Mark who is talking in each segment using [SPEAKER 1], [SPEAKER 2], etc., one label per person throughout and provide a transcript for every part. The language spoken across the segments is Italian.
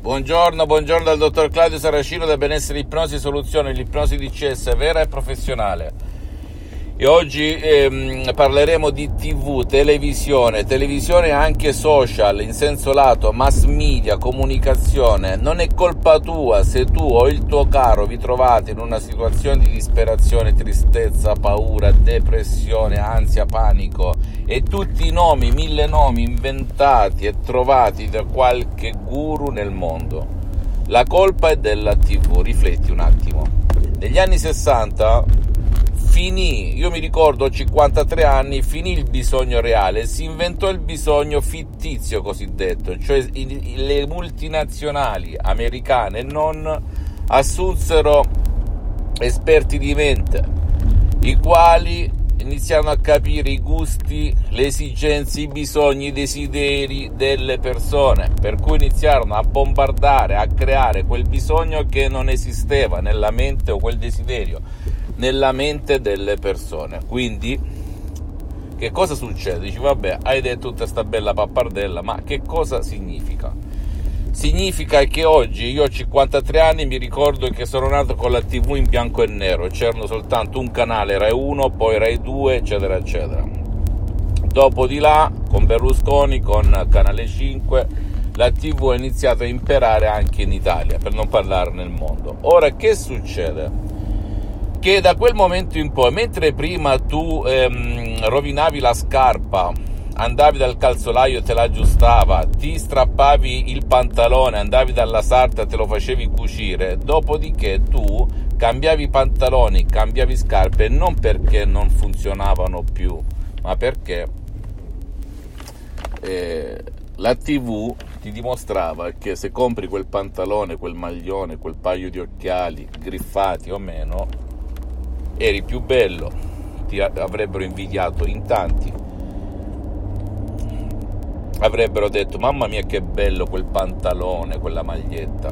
[SPEAKER 1] Buongiorno dal dottor Claudio Saracino da Benessere Ipnosi Soluzione, l'ipnosi DCS vera e professionale. E oggi parleremo di TV, televisione e anche social, in senso lato, mass media, comunicazione. Non è colpa tua se tu o il tuo caro vi trovate in una situazione di disperazione, tristezza, paura, depressione, ansia, panico e tutti i nomi, 1000 nomi inventati e trovati da qualche guru nel mondo. La colpa è della TV, rifletti un attimo. Negli anni 60 io mi ricordo, ho 53 anni, finì il bisogno reale, si inventò il bisogno fittizio cosiddetto, cioè le multinazionali americane non assunsero esperti di mente, i quali iniziarono a capire i gusti, le esigenze, i bisogni, i desideri delle persone, per cui iniziarono a bombardare, a creare quel bisogno che non esisteva nella mente o quel desiderio nella mente delle persone. Quindi che cosa succede? Dici vabbè, hai detto tutta sta bella pappardella, ma che cosa significa? Significa che oggi io ho 53 anni, mi ricordo che sono nato con la TV in bianco e nero, c'erano soltanto un canale, Rai 1, poi Rai 2, eccetera eccetera. Dopo di là, con Berlusconi, con Canale 5, la TV ha iniziato a imperare anche in Italia, per non parlare nel mondo. Ora che succede? Che da quel momento in poi, mentre prima tu rovinavi la scarpa, andavi dal calzolaio e te la aggiustava, ti strappavi il pantalone, andavi dalla sarta, te lo facevi cucire, dopodiché tu cambiavi pantaloni, cambiavi scarpe, non perché non funzionavano più, ma perché la TV ti dimostrava che se compri quel pantalone, quel maglione, quel paio di occhiali, griffati o meno, eri più bello, ti avrebbero invidiato in tanti, avrebbero detto mamma mia che bello quel pantalone, quella maglietta.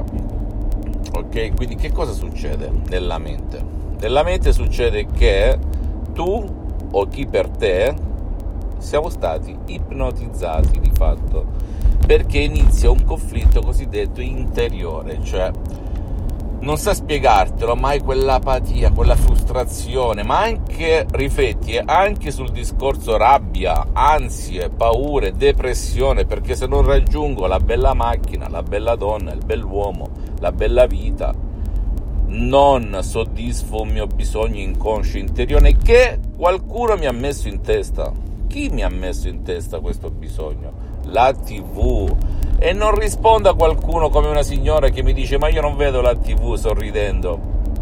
[SPEAKER 1] Ok, quindi che cosa succede nella mente? Nella mente succede che tu o chi per te siamo stati ipnotizzati di fatto, perché inizia un conflitto cosiddetto interiore, cioè non sa spiegartelo, ma hai quell'apatia, quella frustrazione, ma anche, rifletti, anche sul discorso rabbia, ansie, paure, depressione, perché se non raggiungo la bella macchina, la bella donna, il bell'uomo, la bella vita, non soddisfo un mio bisogno inconscio interiore che qualcuno mi ha messo in testa. Chi mi ha messo in testa questo bisogno? La TV. E non rispondo a qualcuno come una signora che mi dice ma io non vedo la TV sorridendo,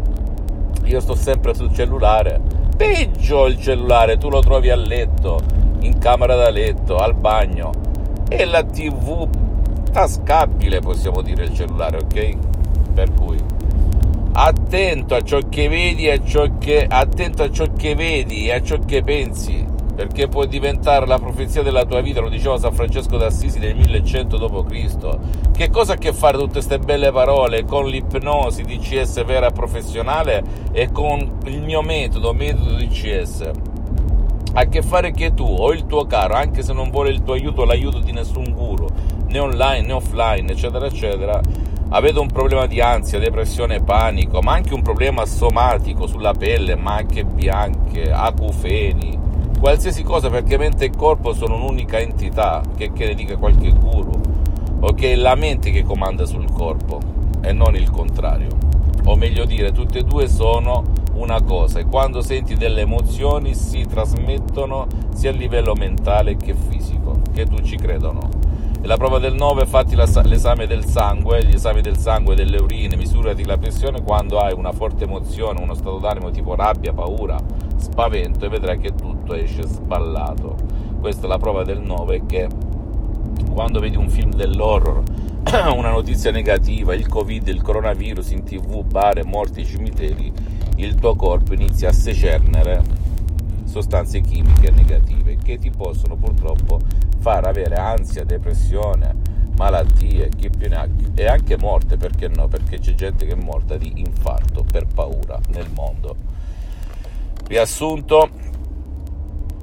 [SPEAKER 1] io sto sempre sul cellulare. Peggio il cellulare, tu lo trovi a letto, in camera da letto, al bagno, e la TV tascabile, possiamo dire, il cellulare, ok? Per cui attento a ciò che vedi e attento a ciò che vedi e a ciò che pensi, perché può diventare la profezia della tua vita, lo diceva San Francesco d'Assisi nel 1100 d.C. Che cosa ha a che fare tutte queste belle parole con l'ipnosi DCS vera e professionale e con il mio metodo DCS? Ha a che fare che tu o il tuo caro, anche se non vuole il tuo aiuto o l'aiuto di nessun guru, né online né offline, eccetera eccetera, avete un problema di ansia, depressione, panico, ma anche un problema somatico sulla pelle, macchie bianche, acufeni, qualsiasi cosa, perché mente e corpo sono un'unica entità, che ne dica qualche guru, ok? È la mente che comanda sul corpo e non il contrario, o meglio dire, tutte e due sono una cosa, e quando senti delle emozioni si trasmettono sia a livello mentale che fisico, che tu ci creda o no. E la prova del 9, fatti l'esame del sangue, gli esami del sangue, delle urine, misurati la pressione quando hai una forte emozione, uno stato d'animo tipo rabbia, paura, spavento, e vedrai che tutto esce sballato. Questa è la prova del 9, che quando vedi un film dell'horror, una notizia negativa, il Covid, il coronavirus in TV, bare, morti, cimiteri, il tuo corpo inizia a secernere sostanze chimiche negative che ti possono purtroppo far avere ansia, depressione, malattie, chi più ne ha, e anche morte, perché no? Perché c'è gente che è morta di infarto per paura nel mondo. Riassunto,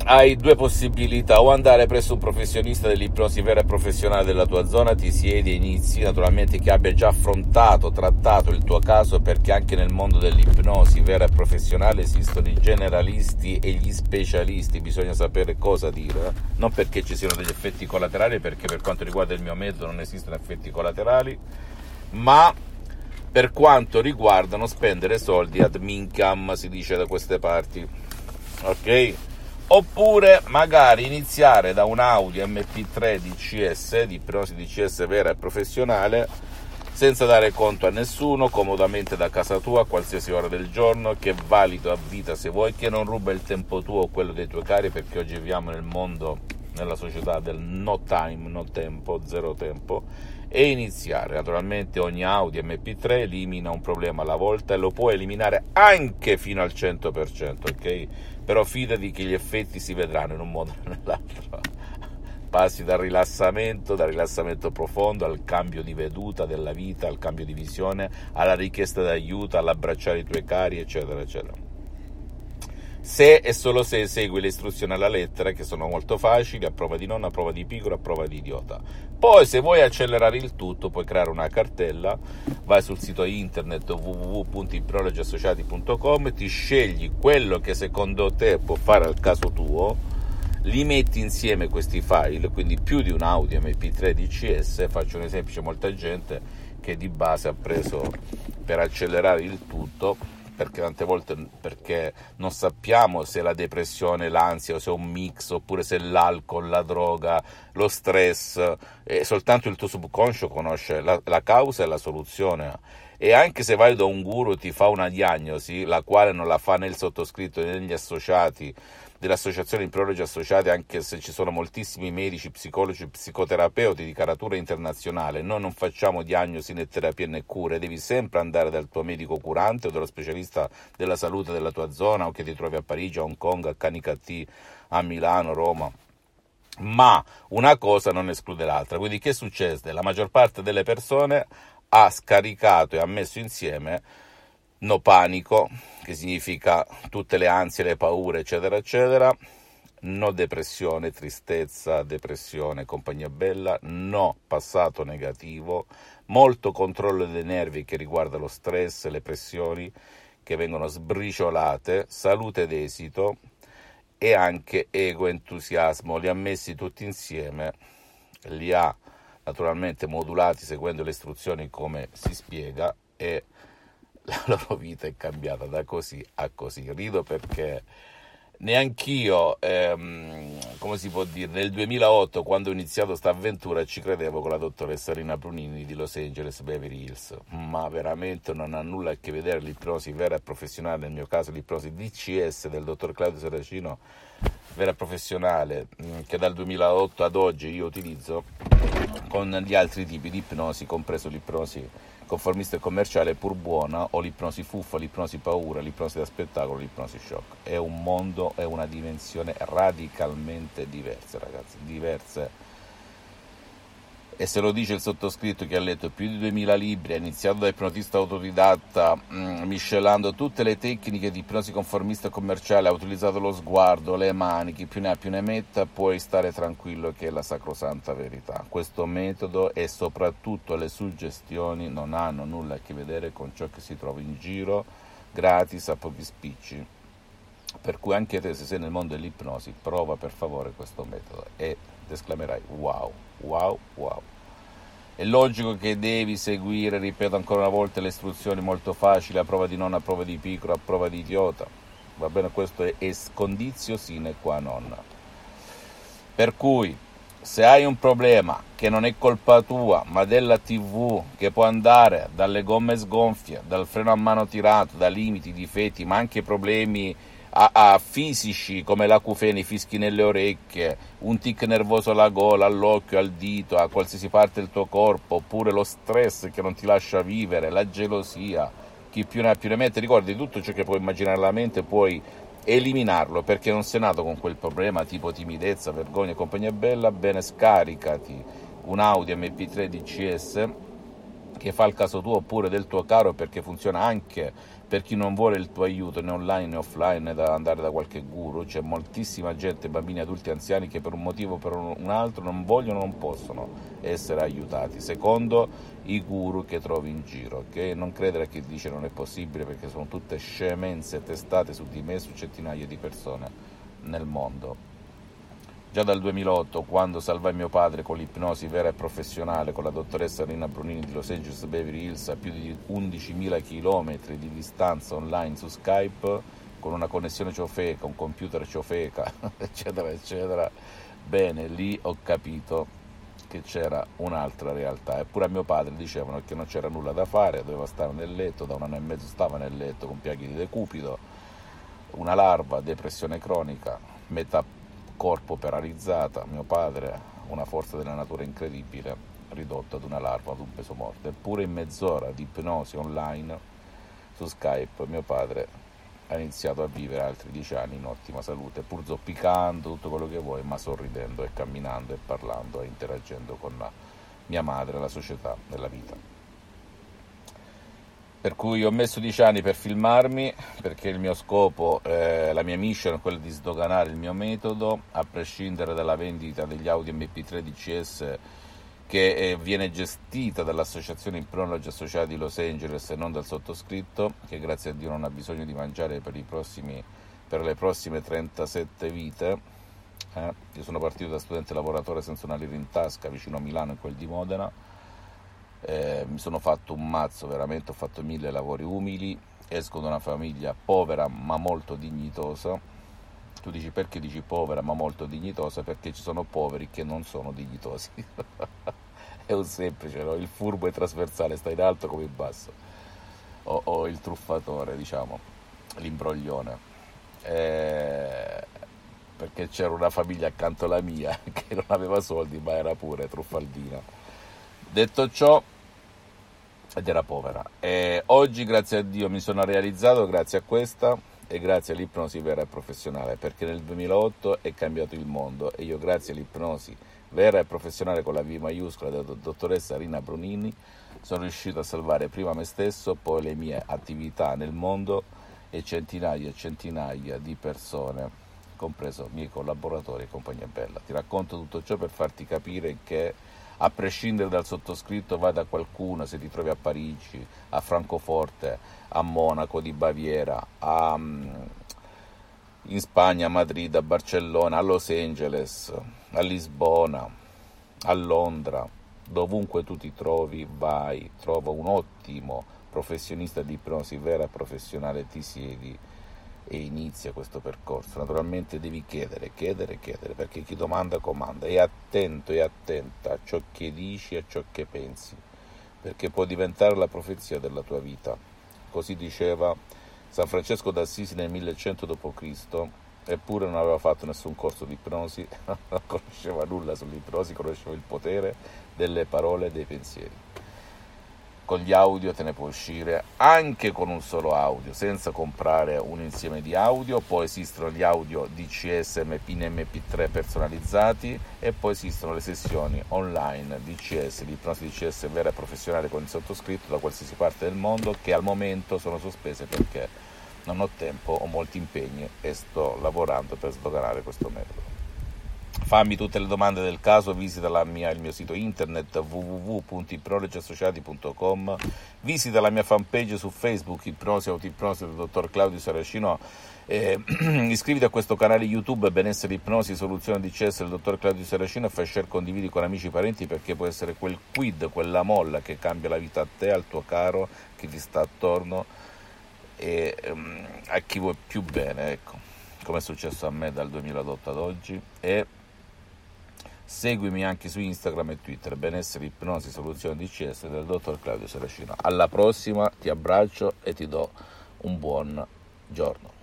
[SPEAKER 1] hai due possibilità: o andare presso un professionista dell'ipnosi vera e professionale della tua zona, ti siedi e inizi, naturalmente che abbia già affrontato, trattato il tuo caso, perché anche nel mondo dell'ipnosi vera e professionale esistono i generalisti e gli specialisti, bisogna sapere cosa dire, non perché ci siano degli effetti collaterali, perché per quanto riguarda il mio metodo non esistono effetti collaterali, ma per quanto riguarda non spendere soldi ad mincam, si dice da queste parti, ok? Oppure magari iniziare da un Audi MP3 DCS, di ipnosi DCS vera e professionale, senza dare conto a nessuno, comodamente da casa tua, a qualsiasi ora del giorno, che è valido a vita se vuoi, che non ruba il tempo tuo o quello dei tuoi cari, perché oggi viviamo nel mondo, nella società del no time, no tempo, zero tempo, e iniziare. Naturalmente ogni Audi MP3 elimina un problema alla volta e lo puoi eliminare anche fino al 100%, ok? Però fidati che gli effetti si vedranno in un modo o nell'altro. Passi dal rilassamento profondo al cambio di veduta della vita, al cambio di visione, alla richiesta d'aiuto, all'abbracciare i tuoi cari, eccetera, eccetera. Se e solo se segui le istruzioni alla lettera, che sono molto facili, a prova di nonno, a prova di piccolo, a prova di idiota. Poi, se vuoi accelerare il tutto, puoi creare una cartella, vai sul sito internet www.ipnologiassociati.com, ti scegli quello che secondo te può fare al caso tuo, li metti insieme questi file, quindi più di un Audi MP3 DCS. Faccio un esempio: c'è molta gente che di base ha preso per accelerare il tutto, perché tante volte perché non sappiamo se la depressione, l'ansia, o se è un mix, oppure se è l'alcol, la droga, lo stress, e soltanto il tuo subconscio conosce la causa e la soluzione. E anche se vai da un guru ti fa una diagnosi, la quale non la fa né il sottoscritto né gli associati dell'associazione Ipnologi Associati, anche se ci sono moltissimi medici, psicologi, psicoterapeuti di caratura internazionale, noi non facciamo diagnosi né terapie né cure, devi sempre andare dal tuo medico curante o dallo specialista della salute della tua zona, o che ti trovi a Parigi, a Hong Kong, a Canicattì, a Milano, Roma. Ma una cosa non esclude l'altra, quindi che succede? La maggior parte delle persone ha scaricato e ha messo insieme no panico, che significa tutte le ansie, le paure, eccetera, eccetera, no depressione, tristezza, depressione, compagnia bella, no passato negativo, molto controllo dei nervi che riguarda lo stress, le pressioni che vengono sbriciolate, salute d'esito e anche ego, entusiasmo. Li ha messi tutti insieme, li ha naturalmente modulati seguendo le istruzioni come si spiega, e la loro vita è cambiata da così a così. Rido perché neanch'io, come si può dire, nel 2008, quando ho iniziato sta avventura, ci credevo con la dottoressa Rina Brunini di Los Angeles Beverly Hills, ma veramente non ha nulla a che vedere l'ipnosi vera e professionale, nel mio caso l'ipnosi DCS del dottor Claudio Saracino, vera e professionale, che dal 2008 ad oggi io utilizzo, con gli altri tipi di ipnosi, compreso l'ipnosi conformista e commerciale pur buona, o l'ipnosi fuffa, l'ipnosi paura, l'ipnosi da spettacolo, l'ipnosi shock. È un mondo, è una dimensione radicalmente diverse, ragazzi, diverse. E se lo dice il sottoscritto, che ha letto più di 2000 libri, ha iniziato da ipnotista autodidatta, miscelando tutte le tecniche di ipnosi conformista e commerciale, ha utilizzato lo sguardo, le mani, chi più ne ha più ne metta, puoi stare tranquillo che è la sacrosanta verità. Questo metodo e soprattutto le suggestioni non hanno nulla a che vedere con ciò che si trova in giro, gratis, a pochi spicci. Per cui anche te, se sei nel mondo dell'ipnosi, prova per favore questo metodo e esclamerai wow, wow, wow. È logico che devi seguire, ripeto ancora una volta, le istruzioni molto facili, a prova di nonno, a prova di piccolo, a prova di idiota. Va bene, questo è condizio sine qua non. Per cui, se hai un problema che non è colpa tua, ma della TV, che può andare dalle gomme sgonfie, dal freno a mano tirato, da limiti, difetti, ma anche problemi fisici come l'acufene, i fischi nelle orecchie, un tic nervoso alla gola, all'occhio, al dito, a qualsiasi parte del tuo corpo, oppure lo stress che non ti lascia vivere, la gelosia, chi più ne ha più ne mette, ricordi, tutto ciò che puoi immaginare alla mente puoi eliminarlo, perché non sei nato con quel problema tipo timidezza, vergogna e compagnia bella. Bene, scaricati un Audi MP3 DCS che fa il caso tuo oppure del tuo caro, perché funziona anche per chi non vuole il tuo aiuto né online né offline né da andare da qualche guru. C'è moltissima gente, bambini, adulti, anziani, che per un motivo o per un altro non vogliono, non possono essere aiutati secondo i guru che trovi in giro, ok? Non credere a chi dice non è possibile, perché sono tutte scemenze testate su di me e su centinaia di persone nel mondo. Già dal 2008, quando salvai mio padre con l'ipnosi vera e professionale con la dottoressa Rina Brunini di Los Angeles Beverly Hills, a più di 11.000 km di distanza online su Skype, con una connessione ciofeca, un computer ciofeca, eccetera, eccetera, bene, lì ho capito che c'era un'altra realtà. Eppure a mio padre dicevano che non c'era nulla da fare, doveva stare nel letto, da 1 anno e mezzo stava nel letto con piaghe di decupito, una larva, depressione cronica, metà corpo paralizzata, mio padre, una forza della natura incredibile, ridotto ad una larva, ad un peso morto. Eppure in mezz'ora di ipnosi online su Skype mio padre ha iniziato a vivere altri 10 anni in ottima salute, pur zoppicando, tutto quello che vuoi, ma sorridendo e camminando e parlando e interagendo con mia madre, la società e la vita. Per cui ho messo 10 anni per filmarmi, perché il mio scopo, la mia mission è quella di sdoganare il mio metodo, a prescindere dalla vendita degli Audi MP3 DCS, che viene gestita dall'associazione Ipnologi Associati di Los Angeles e non dal sottoscritto, che grazie a Dio non ha bisogno di mangiare per le prossime 37 vite. Io sono partito da studente lavoratore senza una lira in tasca, vicino a Milano, in quel di Modena. Mi sono fatto un mazzo, veramente, ho fatto 1000 lavori umili, esco da una famiglia povera ma molto dignitosa. Tu dici perché dici povera ma molto dignitosa? Perché ci sono poveri che non sono dignitosi. È un semplice, no? Il furbo è trasversale, sta in alto come in basso, o il truffatore, diciamo, l'imbroglione, perché c'era una famiglia accanto alla mia che non aveva soldi ma era pure truffaldina. Detto ciò, ed era povera, e oggi grazie a Dio mi sono realizzato grazie a questa e grazie all'ipnosi vera e professionale, perché nel 2008 è cambiato il mondo e io grazie all'ipnosi vera e professionale con la V maiuscola della dottoressa Rina Brunini sono riuscito a salvare prima me stesso, poi le mie attività nel mondo e centinaia di persone, compreso i miei collaboratori e compagnia bella. Ti racconto tutto ciò per farti capire che, a prescindere dal sottoscritto, vai da qualcuno, se ti trovi a Parigi, a Francoforte, a Monaco di Baviera, in Spagna, a Madrid, a Barcellona, a Los Angeles, a Lisbona, a Londra, dovunque tu ti trovi, vai, trova un ottimo professionista di ipnosi vera e professionale, ti siedi e inizia questo percorso. Naturalmente devi chiedere, perché chi domanda comanda, e attento e attenta a ciò che dici e a ciò che pensi, perché può diventare la profezia della tua vita. Così diceva San Francesco d'Assisi nel 1100 d.C., eppure non aveva fatto nessun corso di ipnosi, non conosceva nulla sull'ipnosi, conosceva il potere delle parole e dei pensieri. Con gli audio te ne puoi uscire anche con un solo audio, senza comprare un insieme di audio. Poi esistono gli audio DCS, MP in MP3 personalizzati, e poi esistono le sessioni online DCS, di ipnosi DCS vera e professionale con il sottoscritto da qualsiasi parte del mondo, che al momento sono sospese perché non ho tempo, ho molti impegni e sto lavorando per sdoganare questo metodo. Fammi tutte le domande del caso, visita il mio sito internet www.ipnologiassociati.com, visita la mia fanpage su Facebook, Ipnosi Autoipnosi del dottor Claudio Saracino, iscriviti a questo canale YouTube Benessere Ipnosi Soluzione DCS del dottor Claudio Saracino e fai share, condividi con amici e parenti, perché può essere quel quid, quella molla che cambia la vita a te, al tuo caro, che ti sta attorno e a chi vuoi più bene, ecco, come è successo a me dal 2008 ad oggi. E seguimi anche su Instagram e Twitter, Benessere Ipnosi Soluzione DCS del dottor Claudio Saracino. Alla prossima, ti abbraccio e ti do un buon giorno.